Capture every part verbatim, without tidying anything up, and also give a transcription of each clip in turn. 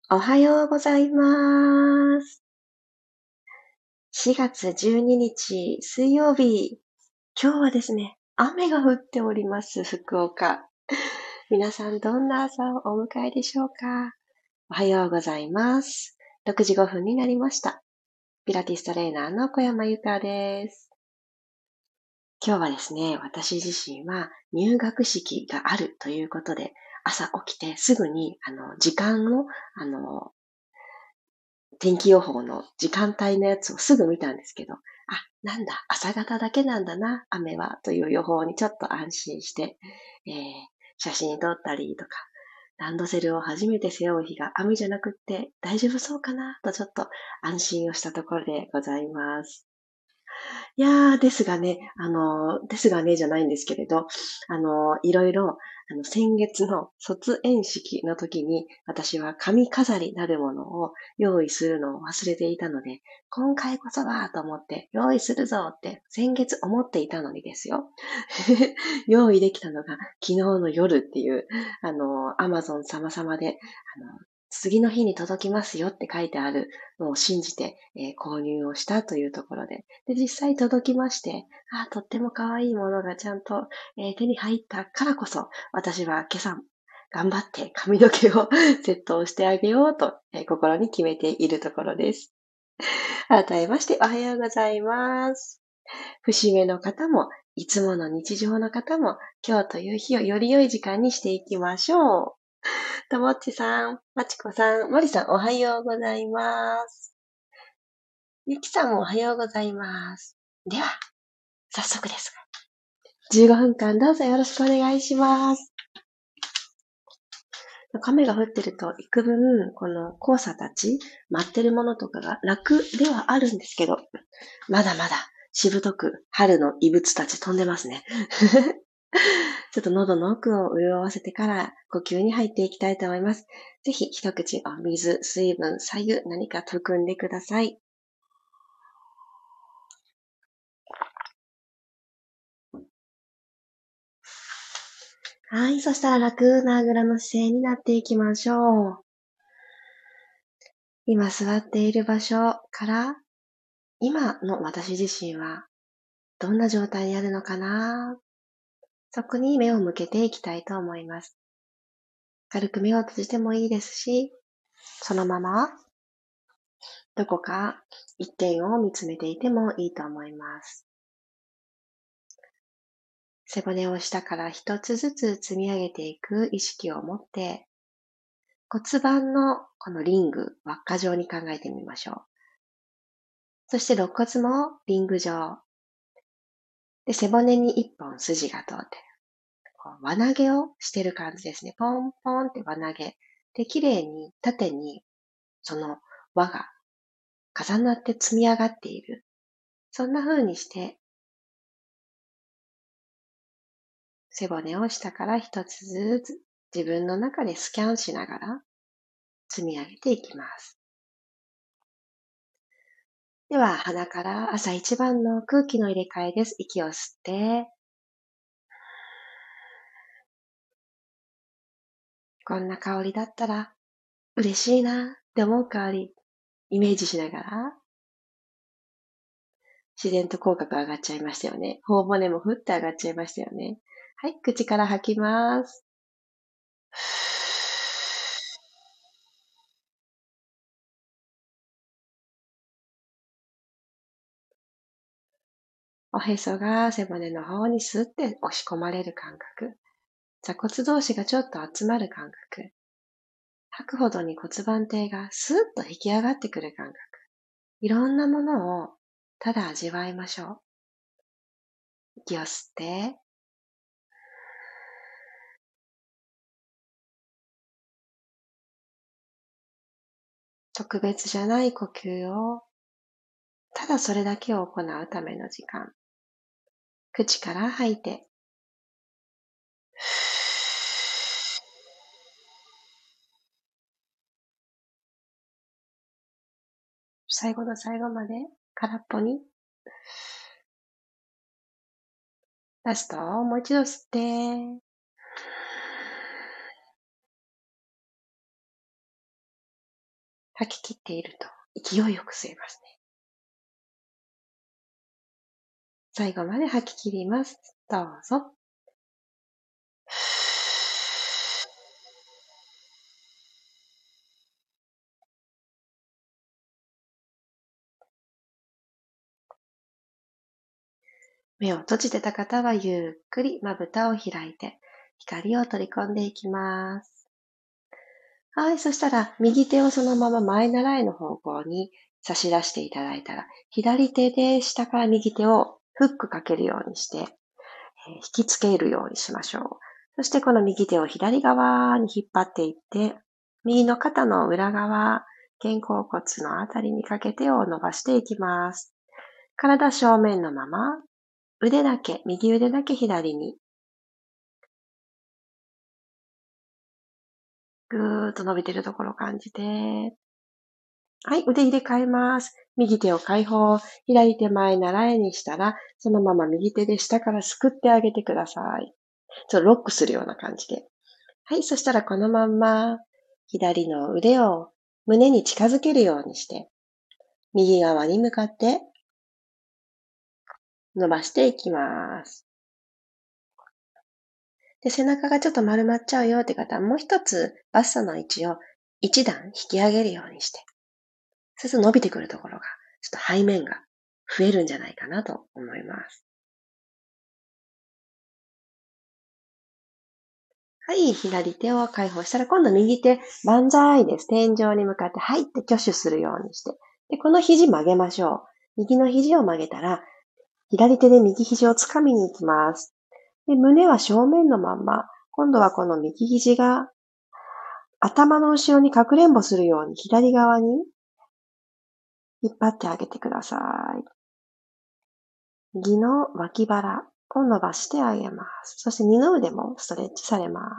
おはようございます。しがつじゅうににち水曜日。今日はですね、雨が降っております、福岡。皆さんどんな朝をお迎えでしょうか？おはようございます。ろくじごふんになりました。ピラティストレーナーの小山由かです。今日はですね、私自身は入学式があるということで、朝起きてすぐにあの時間のあの天気予報の時間帯のやつをすぐ見たんですけど、あ、なんだ、朝方だけなんだな、雨は、という予報にちょっと安心して、えー、写真撮ったりとか、ランドセルを初めて背負う日が雨じゃなくって大丈夫そうかな、とちょっと安心をしたところでございます。いやー、ですがね、あの、ですがね、じゃないんですけれど、あの、いろいろ、あの、先月の卒園式の時に、私は髪飾りなるものを用意するのを忘れていたので、今回こそはと思って用意するぞって先月思っていたのにですよ。用意できたのが昨日の夜っていう、あの、アマゾン様々で、あの、次の日に届きますよって書いてあるのを信じて、えー購入をしたというところで、で、実際届きまして、あーとっても可愛いものがちゃんと、えー手に入ったからこそ、私は今朝、頑張って髪の毛をセットをしてあげようと、えー心に決めているところです。改めまして、おはようございます。節目の方も、いつもの日常の方も、今日という日をより良い時間にしていきましょう。ともっちさん、まちこさん、もりさん、おはようございます。ゆきさんもおはようございます。では、早速ですが、じゅうごふんかんどうぞよろしくお願いします。雨が降ってると幾分、この黄砂たち、待ってるものとかが楽ではあるんですけど、まだまだしぶとく春の異物たち飛んでますね。ちょっと喉の奥を潤わせてから呼吸に入っていきたいと思います。ぜひ一口お水、水分、左右何か含んでください。はい。そしたら楽なあぐらの姿勢になっていきましょう。今座っている場所から、今の私自身はどんな状態にあるのかな、そこに目を向けていきたいと思います。軽く目を閉じてもいいですし、そのままどこか一点を見つめていてもいいと思います。背骨を下から一つずつ積み上げていく意識を持って、骨盤のこのリング、輪っか状に考えてみましょう。そして肋骨もリング状。で、背骨に一本筋が通ってる。こう輪投げをしてる感じですね。ポンポンって輪投げ。で、綺麗に縦にその輪が重なって積み上がっている。そんな風にして、背骨を下から一つずつ自分の中でスキャンしながら積み上げていきます。では、鼻から朝一番の空気の入れ替えです。息を吸って、こんな香りだったら嬉しいなって思う香り、イメージしながら、自然と口角上がっちゃいましたよね。頬骨もふって上がっちゃいましたよね。はい、口から吐きます。おへそが背骨の方にスッて押し込まれる感覚。座骨同士がちょっと集まる感覚。吐くほどに骨盤底がスーッと引き上がってくる感覚。いろんなものをただ味わいましょう。息を吸って、特別じゃない呼吸を、ただそれだけを行うための時間。口から吐いて、最後の最後まで空っぽに。ラスト、もう一度吸って、 吐き切っていると勢いよく吸えますね。最後まで吐き切ります。どうぞ。目を閉じてた方はゆっくりまぶたを開いて光を取り込んでいきます。はい、そしたら右手をそのまま前習いの方向に差し出していただいたら、左手で下から右手をフックかけるようにして、えー引きつけるようにしましょう。そしてこの右手を左側に引っ張っていって、右の肩の裏側、肩甲骨のあたりにかけてを伸ばしていきます。体正面のまま、腕だけ、右腕だけ左に、ぐーっと伸びてるところを感じて、はい、腕入れ替えます。右手を解放、左手前習いにしたら、そのまま右手で下からすくってあげてください。ちょっとロックするような感じで。はい、そしたらこのまんま、左の腕を胸に近づけるようにして、右側に向かって伸ばしていきます。で、背中がちょっと丸まっちゃうよって方は、もう一つバストの位置を一段引き上げるようにして、そうすると伸びてくるところが、ちょっと背面が増えるんじゃないかなと思います。はい、左手を解放したら、今度右手、万歳です。天井に向かって、はいって挙手するようにして。で、この肘曲げましょう。右の肘を曲げたら、左手で右肘をつかみに行きます。で、胸は正面のまんま。今度はこの右肘が頭の後ろにかくれんぼするように左側に引っ張ってあげてください。右の脇腹を伸ばしてあげます。そして二の腕もストレッチされます。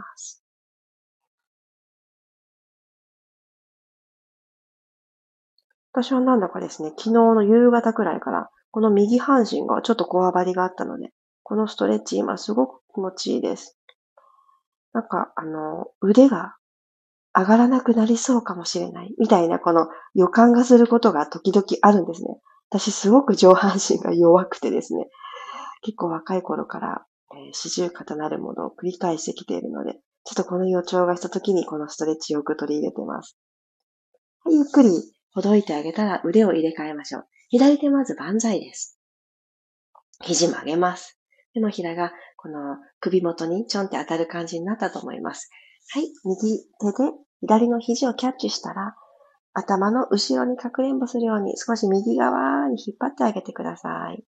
私はなんだかですね、昨日の夕方くらいから、この右半身がちょっとこわばりがあったので、このストレッチ今すごく気持ちいいです。なんか、あの、腕が上がらなくなりそうかもしれない、みたいなこの予感がすることが時々あるんですね。私すごく上半身が弱くてですね、結構若い頃から、えー、四十肩なるものを繰り返してきているので、ちょっとこの予兆がした時にこのストレッチをよく取り入れてます。はい、ゆっくりほどいてあげたら腕を入れ替えましょう。左手まず万歳です。肘曲げます。手のひらがこの首元にちょんって当たる感じになったと思います。はい、右手で左の肘をキャッチしたら、頭の後ろにかくれんぼするように少し右側に引っ張ってあげてください。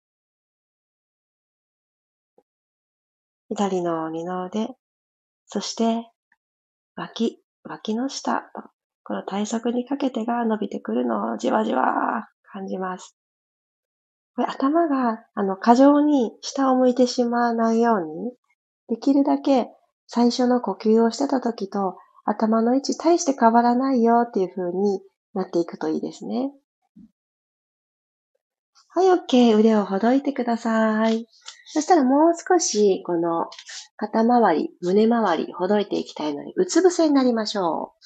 左の二の腕、そして脇、脇の下、この体側にかけてが伸びてくるのをじわじわ感じます。これ頭が、あの、過剰に下を向いてしまわないように、できるだけ最初の呼吸をしてた時と頭の位置大して変わらないよっていう風になっていくといいですね。はい、OK。腕をほどいてください。そしたらもう少し、この肩周り、胸周り、ほどいていきたいのに、うつ伏せになりましょ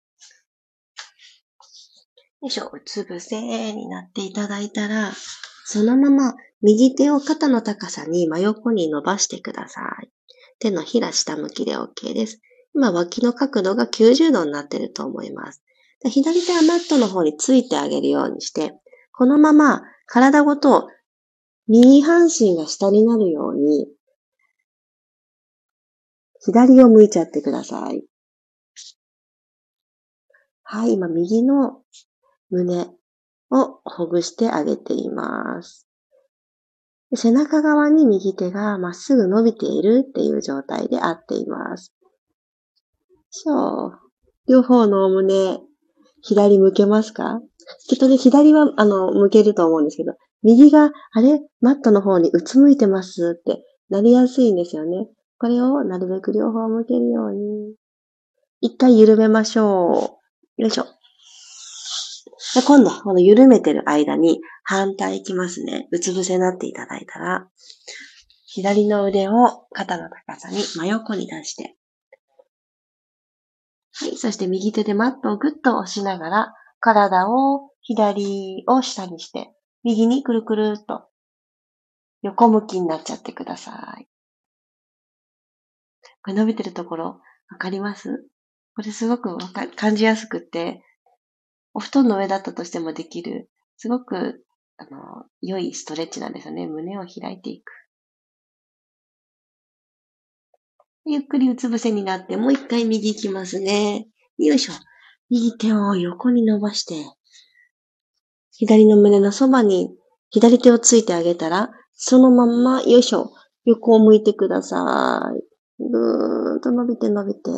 う。よいしょ、うつ伏せになっていただいたら、そのまま右手を肩の高さに真横に伸ばしてください。手のひら下向きで OK です。今、脇の角度がきゅうじゅうどになっていると思います。左手はマットの方についてあげるようにして、このまま体ごと右半身が下になるように、左を向いちゃってください。はい、今右の胸をほぐしてあげています。背中側に右手がまっすぐ伸びているっていう状態で合っています。そう。両方のお胸、左向けますか？きっとね、左は、あの、向けると思うんですけど、右が、あれマットの方にうつむいてますってなりやすいんですよね。これをなるべく両方向けるように。一回緩めましょう。よいしょ。で今度、この緩めてる間に反対いきますね。うつ伏せになっていただいたら、左の腕を肩の高さに真横に出して、 はい。そして右手でマットをぐっと押しながら、体を左を下にして、右にくるくるっと横向きになっちゃってください。これ伸びてるところ、わかります？これすごくわか感じやすくって、お布団の上だったとしてもできる、すごく、あの、良いストレッチなんですよね。胸を開いていく。ゆっくりうつ伏せになって、もう一回右行きますね。よいしょ。右手を横に伸ばして、左の胸のそばに左手をついてあげたら、そのまんま、よいしょ。横を向いてください。ぐーんと伸びて伸びて。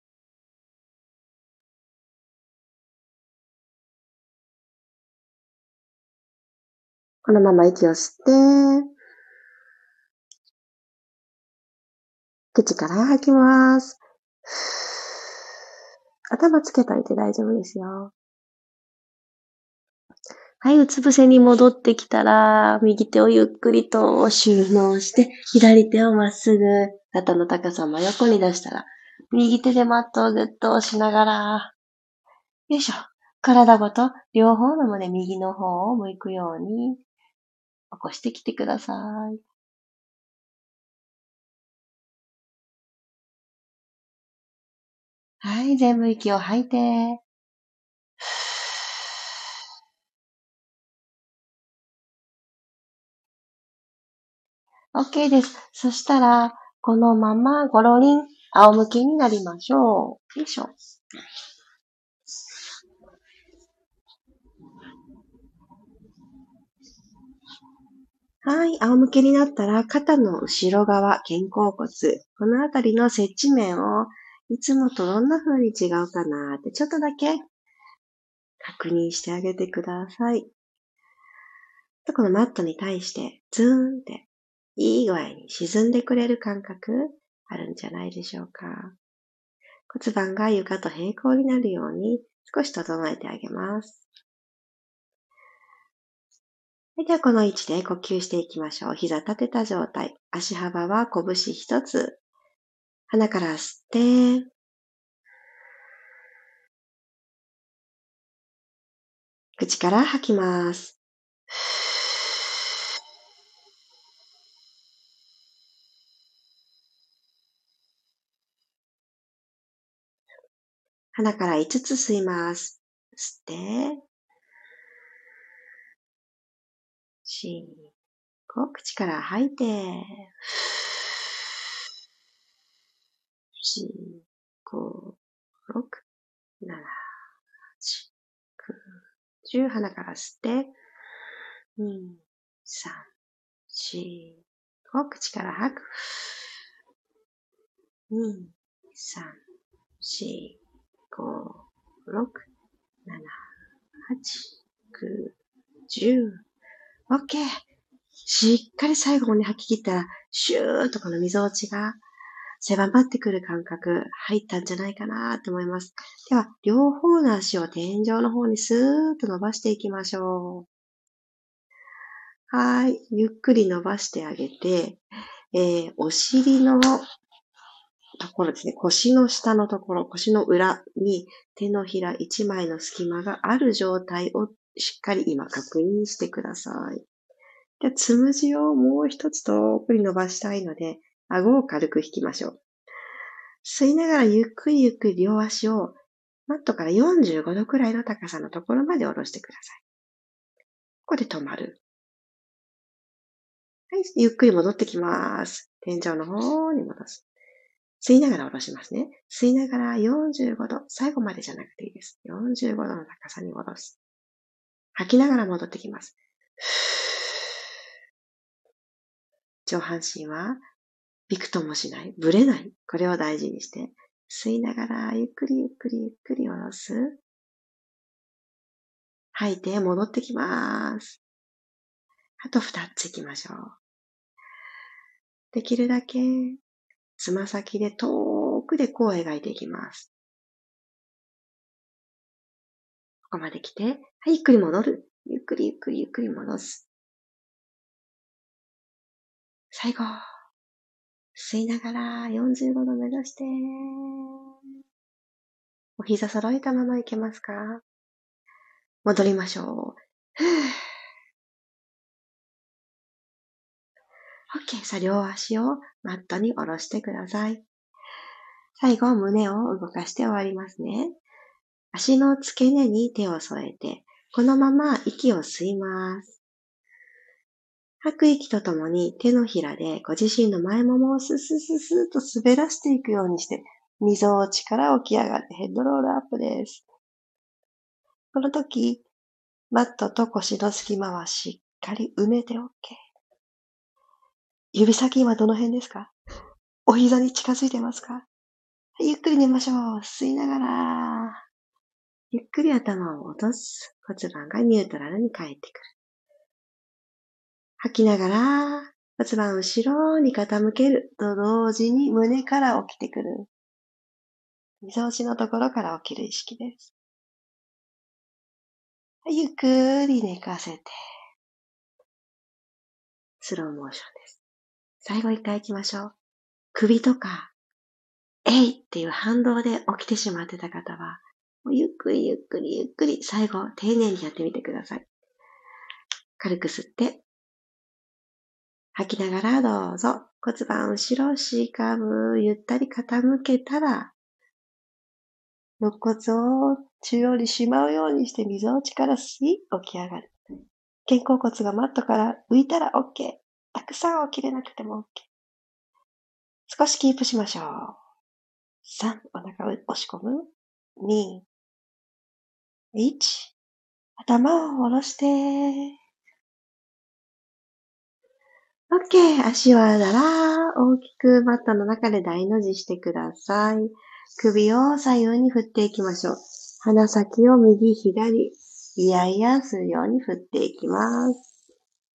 このまま息を吸って、口から吐きます。頭つけといて大丈夫ですよ。はい、うつ伏せに戻ってきたら、右手をゆっくりと収納して、左手をまっすぐ、肩の高さ真横に出したら、右手でマットをぐっと押しながら、よいしょ。体ごと両方の胸右の方を向くように起こしてきてください。はい、全部息を吐いて。OK です。そしたら、このままゴロリン、仰向けになりましょう。よいしょ。はい、仰向けになったら、肩の後ろ側、肩甲骨、このあたりの接地面を、いつもとどんな風に違うかなって、ちょっとだけ確認してあげてください。このマットに対して、ズーンって、いい具合に沈んでくれる感覚、あるんじゃないでしょうか。骨盤が床と平行になるように、少し整えてあげます。ではこの位置で呼吸していきましょう。膝立てた状態。足幅は拳一つ。鼻から吸って、口から吐きます。鼻から五つ吸います。吸って、四、五、口から吐いて、四、五、六、七、八、九、十、鼻から吸って、二、三、四、五、口から吐く。二、三、四、五、六、七、八、九、十。OK。しっかり最後まで吐き切ったら、シューッとこの溝落ちが狭まってくる感覚入ったんじゃないかなと思います。では、両方の足を天井の方にスーッと伸ばしていきましょう。はい。ゆっくり伸ばしてあげて、えー、お尻のところですね。腰の下のところ、腰の裏に手のひら一枚の隙間がある状態をしっかり今確認してください。で、つむじをもう一つ遠くに伸ばしたいので、顎を軽く引きましょう。吸いながらゆっくりゆっくり両足をマットからよんじゅうごどくらいの高さのところまで下ろしてください。ここで止まる。はい、ゆっくり戻ってきます。天井の方に戻す。吸いながら下ろしますね。吸いながらよんじゅうごど。最後までじゃなくていいです。よんじゅうごどの高さに戻す。吐きながら戻ってきます。上半身はびくともしない。ぶれない。これを大事にして。吸いながらゆっくりゆっくりゆっくり下ろす。吐いて戻ってきます。あと二ついきましょう。できるだけつま先で遠くで弧を描いていきます。ここまで来て、はい、ゆっくり戻る。ゆっくりゆっくりゆっくり戻す。最後。吸いながらよんじゅうごど目指して、 お膝揃えたままいけますか？戻りましょう。OK。さあ、両足をマットに下ろしてください。最後、胸を動かして終わりますね。足の付け根に手を添えて、このまま息を吸います。吐く息とともに手のひらでご自身の前ももをススススーと滑らしていくようにして、溝落ちから起き上がってヘッドロールアップです。この時、マットと腰の隙間はしっかり埋めて OK。指先はどの辺ですか？お膝に近づいてますか？ゆっくり寝ましょう。吸いながら、ゆっくり頭を落とす。骨盤がニュートラルに帰ってくる。吐きながら、骨盤後ろに傾けると同時に胸から起きてくる。溝落ちのところから起きる意識です。ゆっくり寝かせて、スローモーションです。最後一回行きましょう。首とか、えいっていう反動で起きてしまってた方は、もうゆっくりゆっくりゆっくり最後丁寧にやってみてください。軽く吸って、吐きながらどうぞ。骨盤後ろ、C カーブ、ゆったり傾けたら、肋骨を中央にしまうようにして溝落ちからし起き上がる。肩甲骨がマットから浮いたら OK。たくさん起きれなくても OK。少しキープしましょう。さん、お腹を押し込む。に、いち、頭を下ろして。OK。足はだら大きくマットの中で大の字してください。首を左右に振っていきましょう。鼻先を右左、いやいやするように振っていきます。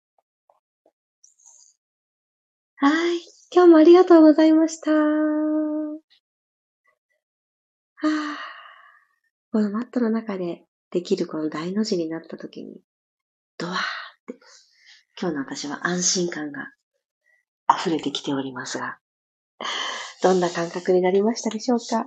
はい。今日もありがとうございました。はあ、このマットの中でできるこの大の字になった時に、ドワーって、今日の私は安心感が溢れてきておりますが、どんな感覚になりましたでしょうか？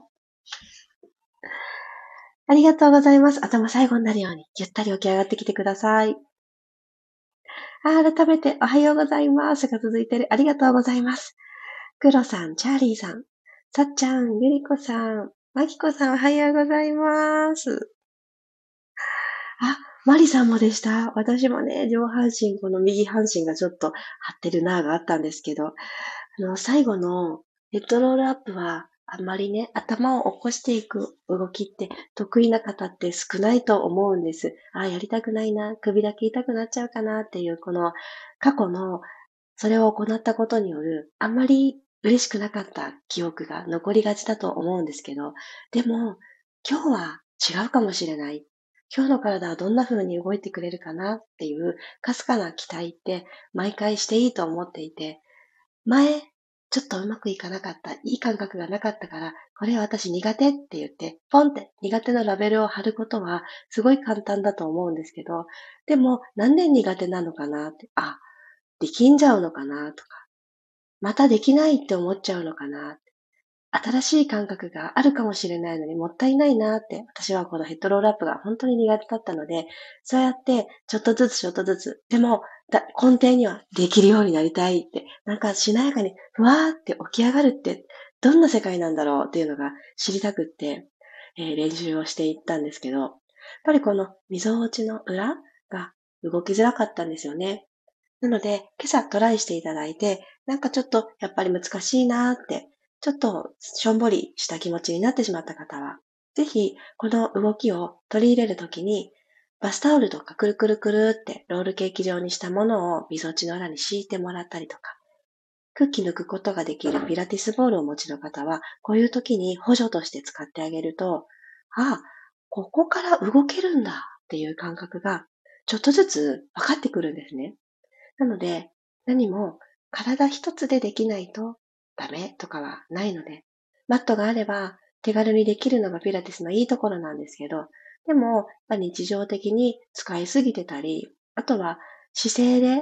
ありがとうございます。頭最後になるように、ゆったり起き上がってきてください。改めて、おはようございますが続いてる。ありがとうございます。黒さん、チャーリーさん、さっちゃん、ゆりこさん、まきこさん、おはようございます。あ、マリさんもでした。私もね、上半身、この右半身がちょっと張ってるなぁがあったんですけど、あの、最後のヘッドロールアップは、あんまりね、頭を起こしていく動きって得意な方って少ないと思うんです。あ、やりたくないな、首だけ痛くなっちゃうかなっていう、この過去のそれを行ったことによる、あんまり嬉しくなかった記憶が残りがちだと思うんですけど、でも、今日は違うかもしれない。今日の体はどんな風に動いてくれるかなっていう、かすかな期待って毎回していいと思っていて、前、ちょっとうまくいかなかった、いい感覚がなかったから、これは私苦手って言って、ポンって苦手なラベルを貼ることはすごい簡単だと思うんですけど、でもなんで苦手なのかなって、あ、力んじゃうのかなとか、またできないって思っちゃうのかな、新しい感覚があるかもしれないのにもったいないなって、私はこのヘッドロールアップが本当に苦手だったので、そうやってちょっとずつちょっとずつ、でもだ根底にはできるようになりたいって、なんかしなやかにふわーって起き上がるってどんな世界なんだろうっていうのが知りたくって、えー練習をしていったんですけど、やっぱりこの溝落ちの裏が動きづらかったんですよね。なので、今朝トライしていただいて、なんかちょっとやっぱり難しいなーって、ちょっとしょんぼりした気持ちになってしまった方は、ぜひこの動きを取り入れるときに、バスタオルとかくるくるくるってロールケーキ状にしたものを溝落ちの裏に敷いてもらったりとか、空気抜くことができるピラティスボールをお持ちの方は、こういう時に補助として使ってあげると、ああ、ここから動けるんだっていう感覚がちょっとずつ分かってくるんですね。なので、何も体一つでできないとダメとかはないので、マットがあれば手軽にできるのがピラティスのいいところなんですけど、でも、日常的に使いすぎてたり、あとは姿勢で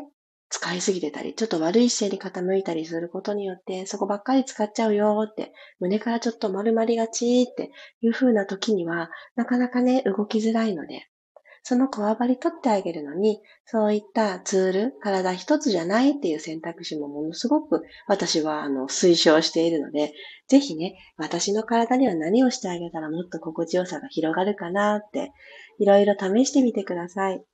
使いすぎてたり、ちょっと悪い姿勢に傾いたりすることによって、そこばっかり使っちゃうよって、胸からちょっと丸まりがちっていう風な時には、なかなかね、動きづらいので、そのこわばり取ってあげるのに、そういったツール、体一つじゃないっていう選択肢もものすごく私はあの推奨しているので、ぜひね、私の体には何をしてあげたらもっと心地よさが広がるかなって、いろいろ試してみてください。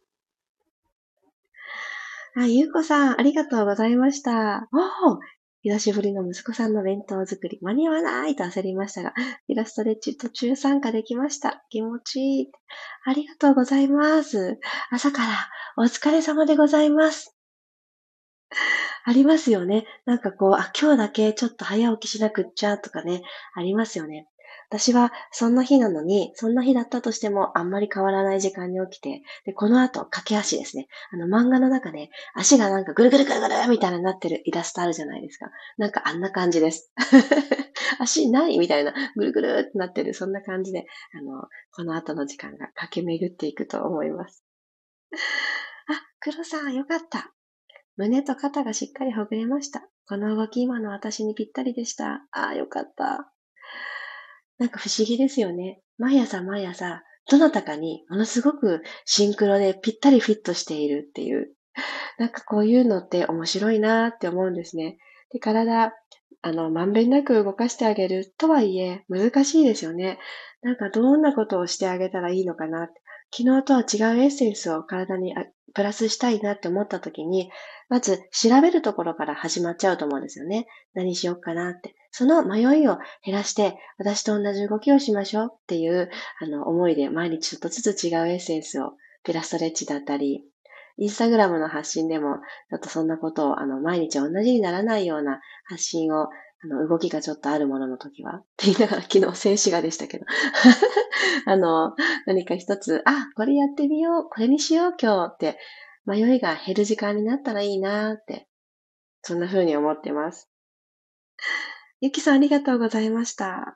あ、ゆうこさん、ありがとうございました。おお、久しぶりの息子さんの弁当作り、間に合わないと焦りましたが、イラストレッチ途中参加できました。気持ちいい。ありがとうございます。朝からお疲れ様でございます。ありますよね。なんかこう、あ、今日だけちょっと早起きしなくっちゃとかね、ありますよね。私はそんな日なのに、そんな日だったとしてもあんまり変わらない時間に起きて、で、この後、駆け足ですね。あの漫画の中で、足がなんかぐるぐるぐるぐるみたいになってるイラストあるじゃないですか。なんかあんな感じです。足ないみたいな、ぐるぐるってなってる、そんな感じで、あの、この後の時間が駆け巡っていくと思います。あ、黒さん、よかった。胸と肩がしっかりほぐれました。この動き今の私にぴったりでした。ああ、よかった。なんか不思議ですよね。毎朝毎朝、どなたかにものすごくシンクロでぴったりフィットしているっていう。なんかこういうのって面白いなって思うんですね。で、体、あの、まんべんなく動かしてあげるとはいえ、難しいですよね。なんかどんなことをしてあげたらいいのかなって。昨日とは違うエッセンスを体にあプラスしたいなって思った時に、まず調べるところから始まっちゃうと思うんですよね。何しようかなって。その迷いを減らして、私と同じ動きをしましょうっていう、あの、思いで毎日ちょっとずつ違うエッセンスを、ピラストレッチだったり、インスタグラムの発信でも、ちょっとそんなことを、あの、毎日同じにならないような発信を、あの、動きがちょっとあるものの時は、って言いながら昨日静止画でしたけど、あの、何か一つ、あ、これやってみよう、これにしよう今日って、迷いが減る時間になったらいいなって、そんな風に思ってます。ゆきさんありがとうございました。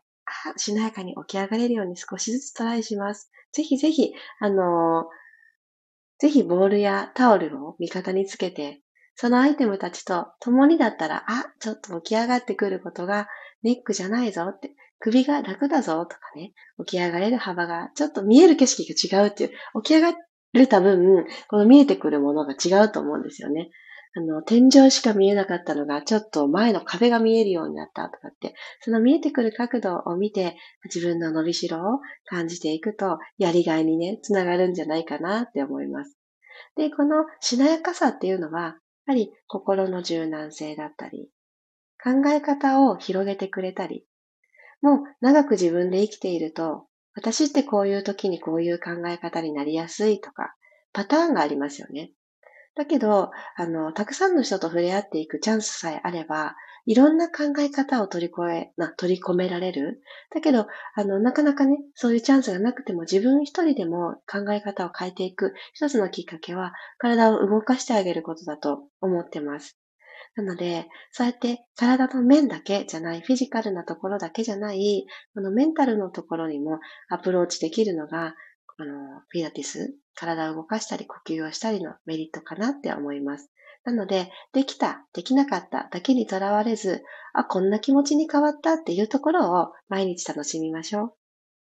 あ、しなやかに起き上がれるように少しずつトライします。ぜひぜひ、あの、ぜひボールやタオルを味方につけて、そのアイテムたちと共にだったら、あ、ちょっと起き上がってくることがネックじゃないぞって、首が楽だぞとかね、起き上がれる幅がちょっと見える景色が違うっていう、起き上がれた分、この見えてくるものが違うと思うんですよね。あの、天井しか見えなかったのが、ちょっと前の壁が見えるようになったとかって、その見えてくる角度を見て、自分の伸びしろを感じていくと、やりがいにね、つながるんじゃないかなって思います。で、このしなやかさっていうのは、やはり心の柔軟性だったり、考え方を広げてくれたり、もう長く自分で生きていると、私ってこういう時にこういう考え方になりやすいとか、パターンがありますよね。だけど、あの、たくさんの人と触れ合っていくチャンスさえあれば、いろんな考え方を取り越え、な、取り込められる。だけど、あの、なかなかね、そういうチャンスがなくても自分一人でも考え方を変えていく一つのきっかけは、体を動かしてあげることだと思ってます。なので、そうやって体の面だけじゃない、フィジカルなところだけじゃない、このメンタルのところにもアプローチできるのが、あの、ピラティス、体を動かしたり呼吸をしたりのメリットかなって思います。なので、できた、できなかっただけにとらわれず、あ、こんな気持ちに変わったっていうところを毎日楽しみましょう。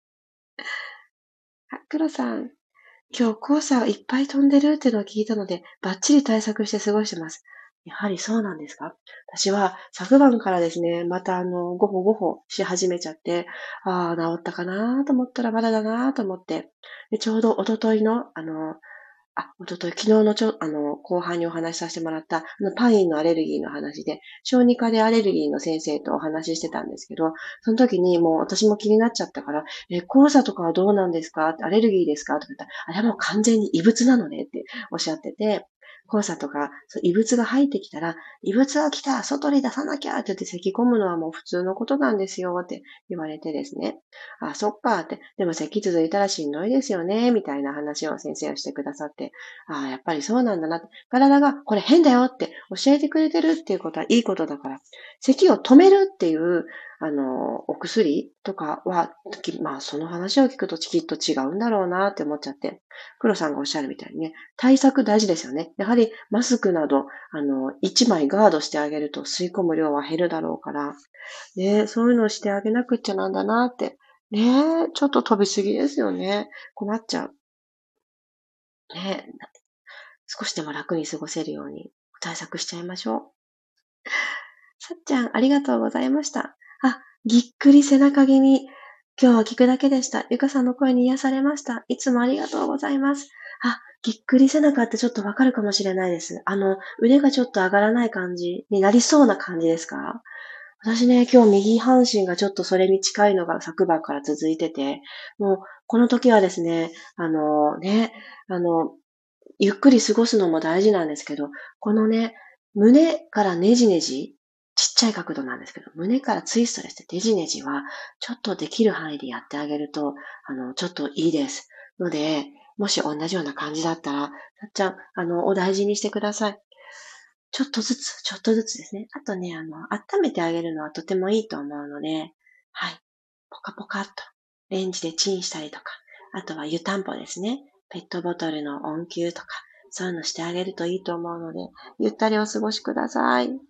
あ、黒さん、今日黄砂いっぱい飛んでるっていうのを聞いたので、バッチリ対策して過ごしてます。やはりそうなんですか？私は昨晩からですね、またあの、ごほごほし始めちゃって、ああ、治ったかなと思ったらまだだなと思って、で、ちょうど一昨日の、あの、あ、一昨日、昨日のちょ、あの、後半にお話しさせてもらった、あの、パインのアレルギーの話で、小児科でアレルギーの先生とお話ししてたんですけど、その時にもう私も気になっちゃったから、え、黄砂とかはどうなんですか？アレルギーですかとか言ったら、あれはもう完全に異物なのねっておっしゃってて、黄砂とか、そう異物が入ってきたら、異物が来た外に出さなきゃって言って咳込むのはもう普通のことなんですよって言われてですね。あ、そっかって。でも咳続いたらしんどいですよね、みたいな話を先生はしてくださって、ああ、やっぱりそうなんだなって。体がこれ変だよって教えてくれてるっていうことはいいことだから、咳を止めるっていう、 あの、お薬とかは、まあ、その話を聞くときっと違うんだろうなって思っちゃって。黒さんがおっしゃるみたいにね、対策大事ですよね。やはりマスクなど、あの、一枚ガードしてあげると吸い込む量は減るだろうから、ね、そういうのをしてあげなくっちゃなんだなって。ね、ちょっと飛びすぎですよね。困っちゃう。ね、少しでも楽に過ごせるように対策しちゃいましょう。さっちゃん、ありがとうございました。あ、ぎっくり背中気味。今日は聞くだけでした。ゆかさんの声に癒されました。いつもありがとうございます。あ、ぎっくり背中ってちょっとわかるかもしれないです。あの、腕がちょっと上がらない感じになりそうな感じですか？私ね、今日右半身がちょっとそれに近いのが昨晩から続いてて、もう、この時はですね、あのね、あの、ゆっくり過ごすのも大事なんですけど、このね、胸からねじねじ、ちっちゃい角度なんですけど、胸からツイストですね、ねじねじは、ちょっとできる範囲でやってあげると、あの、ちょっといいです。ので、もし同じような感じだったら、さっちゃん、あの、お大事にしてください。ちょっとずつ、ちょっとずつですね。あとね、あの、温めてあげるのはとてもいいと思うので、はい。ポカポカっと、レンジでチンしたりとか、あとは湯たんぽですね。ペットボトルの温灸とか、そういうのしてあげるといいと思うので、ゆったりお過ごしください。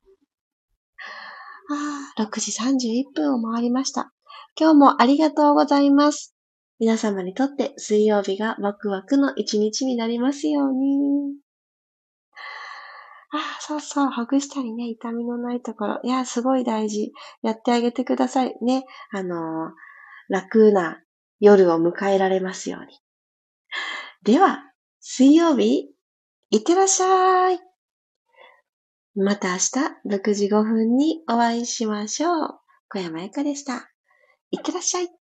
ああ、ろくじさんじゅういっぷんを回りました。今日もありがとうございます。皆様にとって水曜日がワクワクの一日になりますように。ああ、そうそう、ほぐしたりね、痛みのないところ。いや、すごい大事。やってあげてくださいね。あのー、楽な夜を迎えられますように。では、水曜日、いってらっしゃい。また明日ろくじごふんにお会いしましょう。小山由かでした。いってらっしゃい。